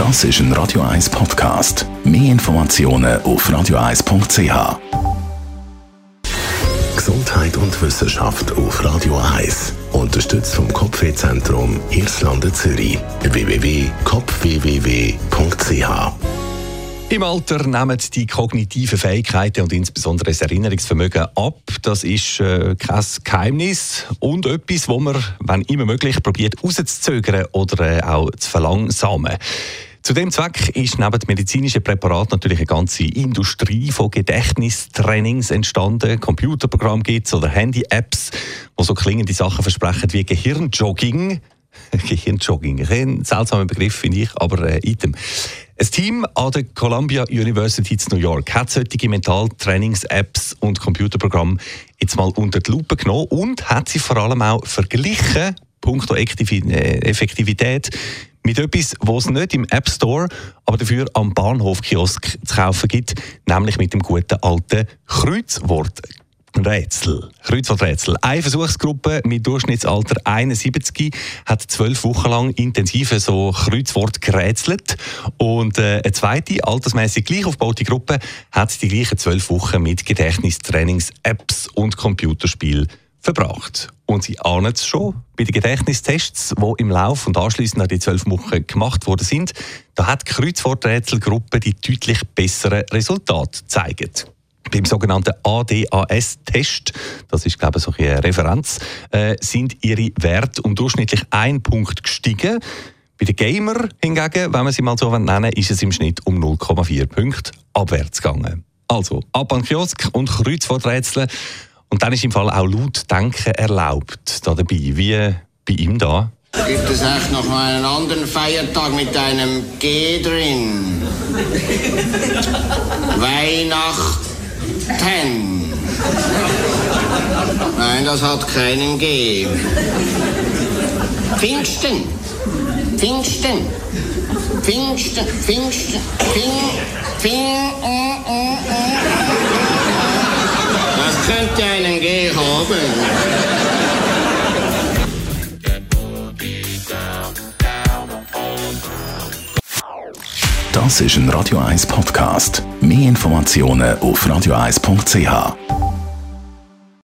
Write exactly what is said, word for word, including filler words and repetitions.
Das ist ein Radio eins Podcast. Mehr Informationen auf radio eins punkt c h. Gesundheit und Wissenschaft auf Radio eins. Unterstützt vom Kopfwehzentrum Irlande Zürich. w w w punkt kopf w w w punkt c h. Im Alter nehmen die kognitiven Fähigkeiten und insbesondere das Erinnerungsvermögen ab. Das ist äh, kein Geheimnis und etwas, wo man, wenn immer möglich, probiert rauszuzögern oder äh, auch zu verlangsamen. Zu dem Zweck ist neben dem medizinischen Präparat natürlich eine ganze Industrie von Gedächtnistrainings entstanden. Computerprogramme gibt es oder Handy-Apps, die so klingende Sachen versprechen wie Gehirnjogging. Gehirnjogging, ein seltsamer Begriff, finde ich, aber äh, item. Ein Team an der Columbia University in New York hat solche Mentaltrainings-Apps und Computerprogramme jetzt mal unter die Lupe genommen und hat sie vor allem auch verglichen, punkto Effektivität, mit etwas, was es nicht im App Store, aber dafür am Bahnhofkiosk zu kaufen gibt, nämlich mit dem guten alten Kreuzworträtsel. Kreuzworträtsel. Eine Versuchsgruppe mit Durchschnittsalter einundsiebzig hat zwölf Wochen lang intensiv so Kreuzwort gerätselt und äh, eine zweite, altersmäßig gleich aufgebaute Gruppe hat die gleichen zwölf Wochen mit Gedächtnistrainings, Apps und Computerspielen verbracht. Und Sie ahnen es schon, bei den Gedächtnistests, die im Lauf und anschliessend an die zwölf Wochen gemacht worden sind, da hat die Kreuzworträtselgruppe die deutlich besseren Resultate gezeigt. Beim sogenannten A D A S-Test, das ist, glaube ich, so eine Referenz, äh, sind ihre Werte um durchschnittlich ein Punkt gestiegen. Bei den Gamer hingegen, wenn man sie mal so nennen will, ist es im Schnitt um null Komma vier Punkte abwärts gegangen. Also, ab an den Kiosk und Kreuzworträtseln. Und dann ist im Fall auch laut Denken erlaubt da dabei, wie bei ihm da. Gibt es echt noch mal einen anderen Feiertag mit einem G drin? Weihnachten. Nein, das hat keinen G. Pfingsten. Pfingsten. Pfingsten. Pfingsten. Pfing. Pfing. Das könnte einen G haben. Das ist ein Radio eins Podcast. Mehr Informationen auf radio eins punkt c h.